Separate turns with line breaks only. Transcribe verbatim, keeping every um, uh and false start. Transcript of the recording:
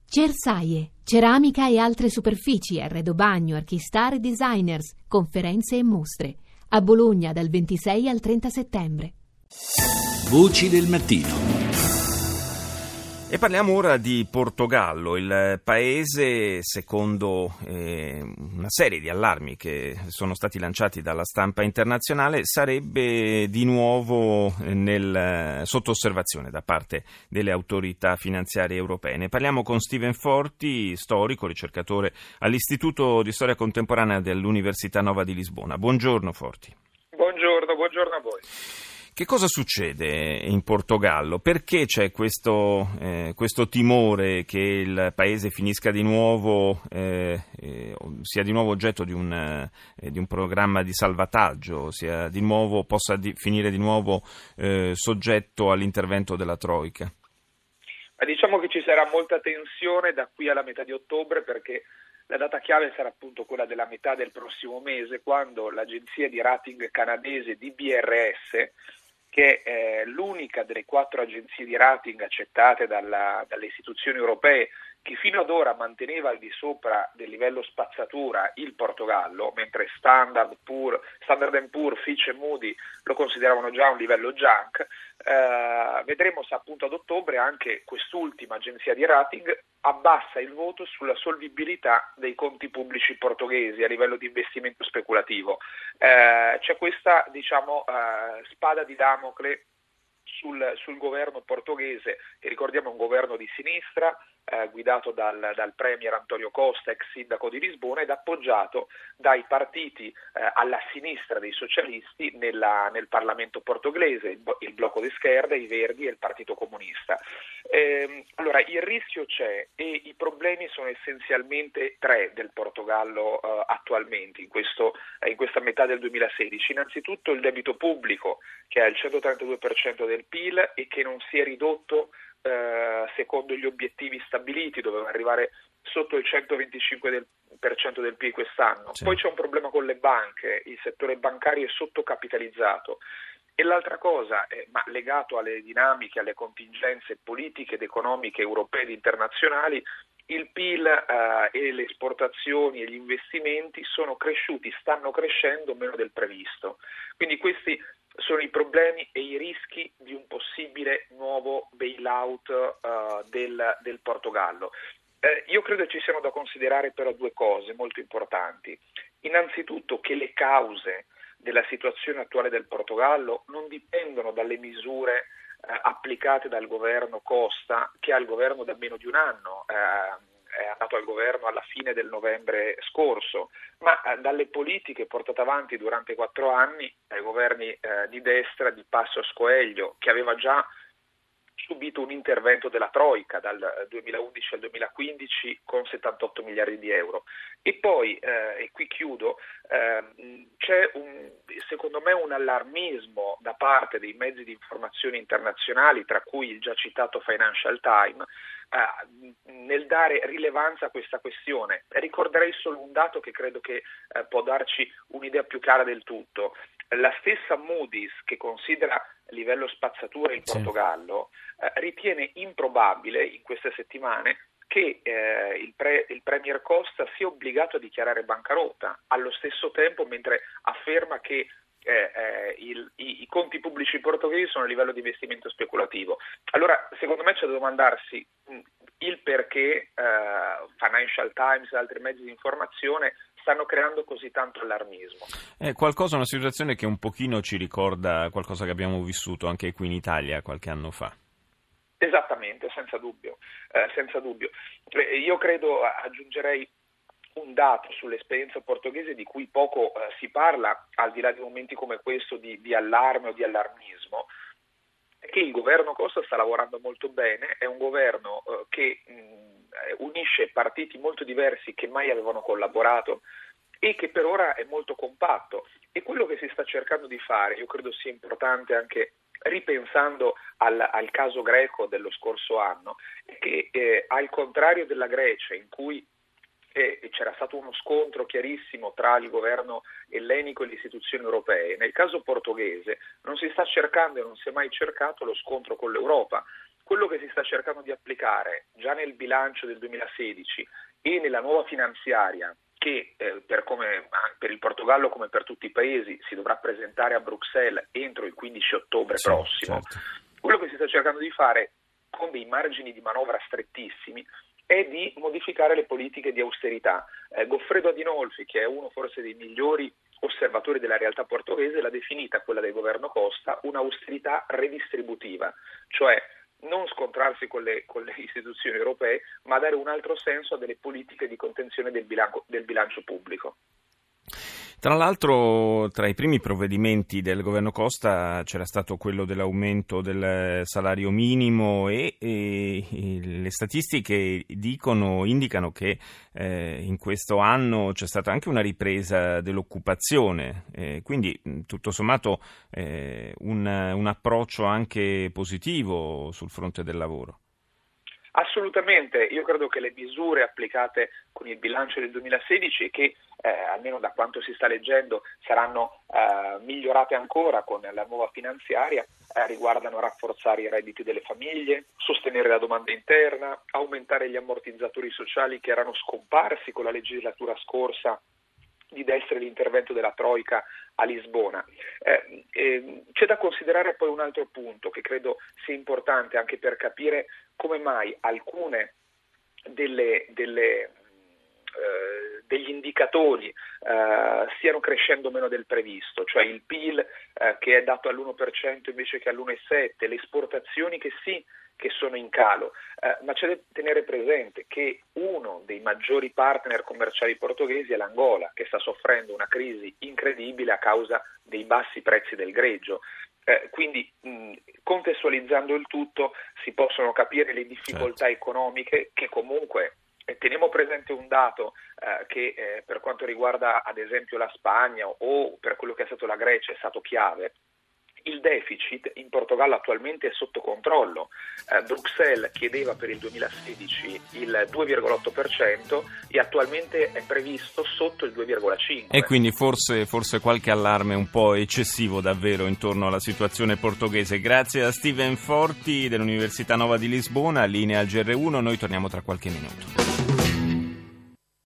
Cersaie, ceramica e altre superfici, arredo bagno, archistar e designers, conferenze e mostre. A Bologna dal ventisei al trenta settembre.
Voci del mattino.
E parliamo ora di Portogallo, il paese, secondo eh, una serie di allarmi che sono stati lanciati dalla stampa internazionale, sarebbe di nuovo nel, sotto osservazione da parte delle autorità finanziarie europee. Ne parliamo con Steven Forti, storico, ricercatore all'Istituto di Storia Contemporanea dell'Università Nova di Lisbona. Buongiorno Forti.
Buongiorno, buongiorno a voi.
Che cosa succede in Portogallo? Perché c'è questo, eh, questo timore che il paese finisca di nuovo, eh, eh, sia di nuovo oggetto di un, eh, di un programma di salvataggio, sia di nuovo, possa di, finire di nuovo eh, soggetto all'intervento della Troika?
Ma diciamo che ci sarà molta tensione da qui alla metà di ottobre, perché la data chiave sarà appunto quella della metà del prossimo mese, quando l'agenzia di rating canadese D B R S, che è l'unica delle quattro agenzie di rating accettate dalla, dalle istituzioni europee, che fino ad ora manteneva al di sopra del livello spazzatura il Portogallo, mentre Standard, Poor, Standard and Poor, Fitch e Moody lo consideravano già un livello junk. Eh, vedremo se appunto ad ottobre anche quest'ultima agenzia di rating abbassa il voto sulla solvibilità dei conti pubblici portoghesi a livello di investimento speculativo. Eh, c'è questa, diciamo, eh, spada di Damocle sul, sul governo portoghese, che ricordiamo è un governo di sinistra, eh, guidato dal, dal premier António Costa, ex sindaco di Lisbona, ed appoggiato dai partiti eh, alla sinistra dei socialisti nella, nel Parlamento portoghese, il, il Bloco di Schierda, i Verdi e il Partito Comunista. Eh, allora, il rischio c'è e i problemi sono essenzialmente tre del Portogallo eh, attualmente, in, questo, eh, in questa metà del duemilasedici. Innanzitutto il debito pubblico, che è al centotrentadue per cento del P I L e che non si è ridotto eh, secondo gli obiettivi stabiliti, doveva arrivare sotto il centoventicinque per cento del P I L quest'anno. Sì. Poi c'è un problema con le banche, il settore bancario è sottocapitalizzato. E l'altra cosa, eh, ma legato alle dinamiche, alle contingenze politiche ed economiche europee ed internazionali, il P I L eh, e le esportazioni e gli investimenti sono cresciuti, stanno crescendo meno del previsto. Quindi questi sono i problemi e i rischi di un possibile nuovo bailout uh, del, del Portogallo. Eh, io credo ci siano da considerare però due cose molto importanti. Innanzitutto che le cause della situazione attuale del Portogallo non dipendono dalle misure eh, applicate dal governo Costa, che ha il governo da meno di un anno, eh, è andato al governo alla fine del novembre scorso, ma eh, dalle politiche portate avanti durante quattro anni dai governi eh, di destra di Passos Coelho, che aveva già subito un intervento della Troika dal duemilaundici al duemilaquindici con settantotto miliardi di euro. E poi, eh, e qui chiudo, eh, c'è un, secondo me un allarmismo da parte dei mezzi di informazione internazionali, tra cui il già citato Financial Times, eh, nel dare rilevanza a questa questione. Ricorderei solo un dato che credo che eh, può darci un'idea più chiara del tutto. La stessa Moody's, che considera livello spazzatura il Portogallo, eh, ritiene improbabile in queste settimane che eh, il, pre, il premier Costa sia obbligato a dichiarare bancarotta, allo stesso tempo mentre afferma che eh, eh, il, i, i conti pubblici portoghesi sono a livello di investimento speculativo. Allora, secondo me c'è da domandarsi mh, il perché eh, Financial Times e altri mezzi di informazione stanno creando così tanto allarmismo.
È qualcosa, una situazione che un pochino ci ricorda qualcosa che abbiamo vissuto anche qui in Italia qualche anno fa.
Esattamente, senza dubbio, eh, senza dubbio. Eh, io credo, aggiungerei un dato sull'esperienza portoghese di cui poco eh, si parla, al di là di momenti come questo di, di allarme o di allarmismo, è che il governo Costa sta lavorando molto bene, è un governo eh, che mh, unisce partiti molto diversi che mai avevano collaborato e che per ora è molto compatto. E quello che si sta cercando di fare, io credo sia importante anche ripensando al, al caso greco dello scorso anno, è che eh, al contrario della Grecia, in cui eh, c'era stato uno scontro chiarissimo tra il governo ellenico e le istituzioni europee, nel caso portoghese non si sta cercando e non si è mai cercato lo scontro con l'Europa. quello che si sta cercando di applicare già nel bilancio del duemilasedici e nella nuova finanziaria, che eh, per, come, per il Portogallo come per tutti i paesi si dovrà presentare a Bruxelles entro il quindici ottobre sì, prossimo, certo. Quello che si sta cercando di fare con dei margini di manovra strettissimi è di modificare le politiche di austerità. Eh, Goffredo Adinolfi, che è uno forse dei migliori osservatori della realtà portoghese, l'ha definita, quella del governo Costa, un'austerità redistributiva, cioè non scontrarsi con le, con le istituzioni europee, ma dare un altro senso a delle politiche di contenzione del bilancio, del bilancio pubblico.
Tra l'altro, tra i primi provvedimenti del governo Costa c'era stato quello dell'aumento del salario minimo e, e, e le statistiche dicono, indicano che eh, in questo anno c'è stata anche una ripresa dell'occupazione, eh, quindi tutto sommato eh, un, un approccio anche positivo sul fronte del lavoro.
Assolutamente, io credo che le misure applicate con il bilancio del duemilasedici che eh, almeno da quanto si sta leggendo saranno eh, migliorate ancora con la nuova finanziaria, eh, riguardano rafforzare i redditi delle famiglie, sostenere la domanda interna, aumentare gli ammortizzatori sociali che erano scomparsi con la legislatura scorsa di destra l'intervento della Troika a Lisbona. Eh, eh, c'è da considerare poi un altro punto che credo sia importante anche per capire come mai alcune delle, delle, eh, degli indicatori eh, stiano crescendo meno del previsto, cioè il P I L eh, che è dato all'uno per cento invece che all'uno virgola sette per cento, le esportazioni che sì che sono in calo, eh, ma c'è da tenere presente che uno dei maggiori partner commerciali portoghesi è l'Angola, che sta soffrendo una crisi incredibile a causa dei bassi prezzi del greggio. Eh, quindi mh, contestualizzando il tutto si possono capire le difficoltà certo. economiche che comunque, eh, teniamo presente un dato eh, che eh, per quanto riguarda ad esempio la Spagna o per quello che è stato la Grecia è stato chiave. Il deficit in Portogallo attualmente è sotto controllo. Eh, Bruxelles chiedeva per il duemilasedici il due virgola otto per cento e attualmente è previsto sotto il due virgola cinque per cento.
E quindi forse, forse qualche allarme un po' eccessivo davvero intorno alla situazione portoghese. Grazie a Steven Forti dell'Università Nova di Lisbona, linea al G R uno, noi torniamo tra qualche minuto.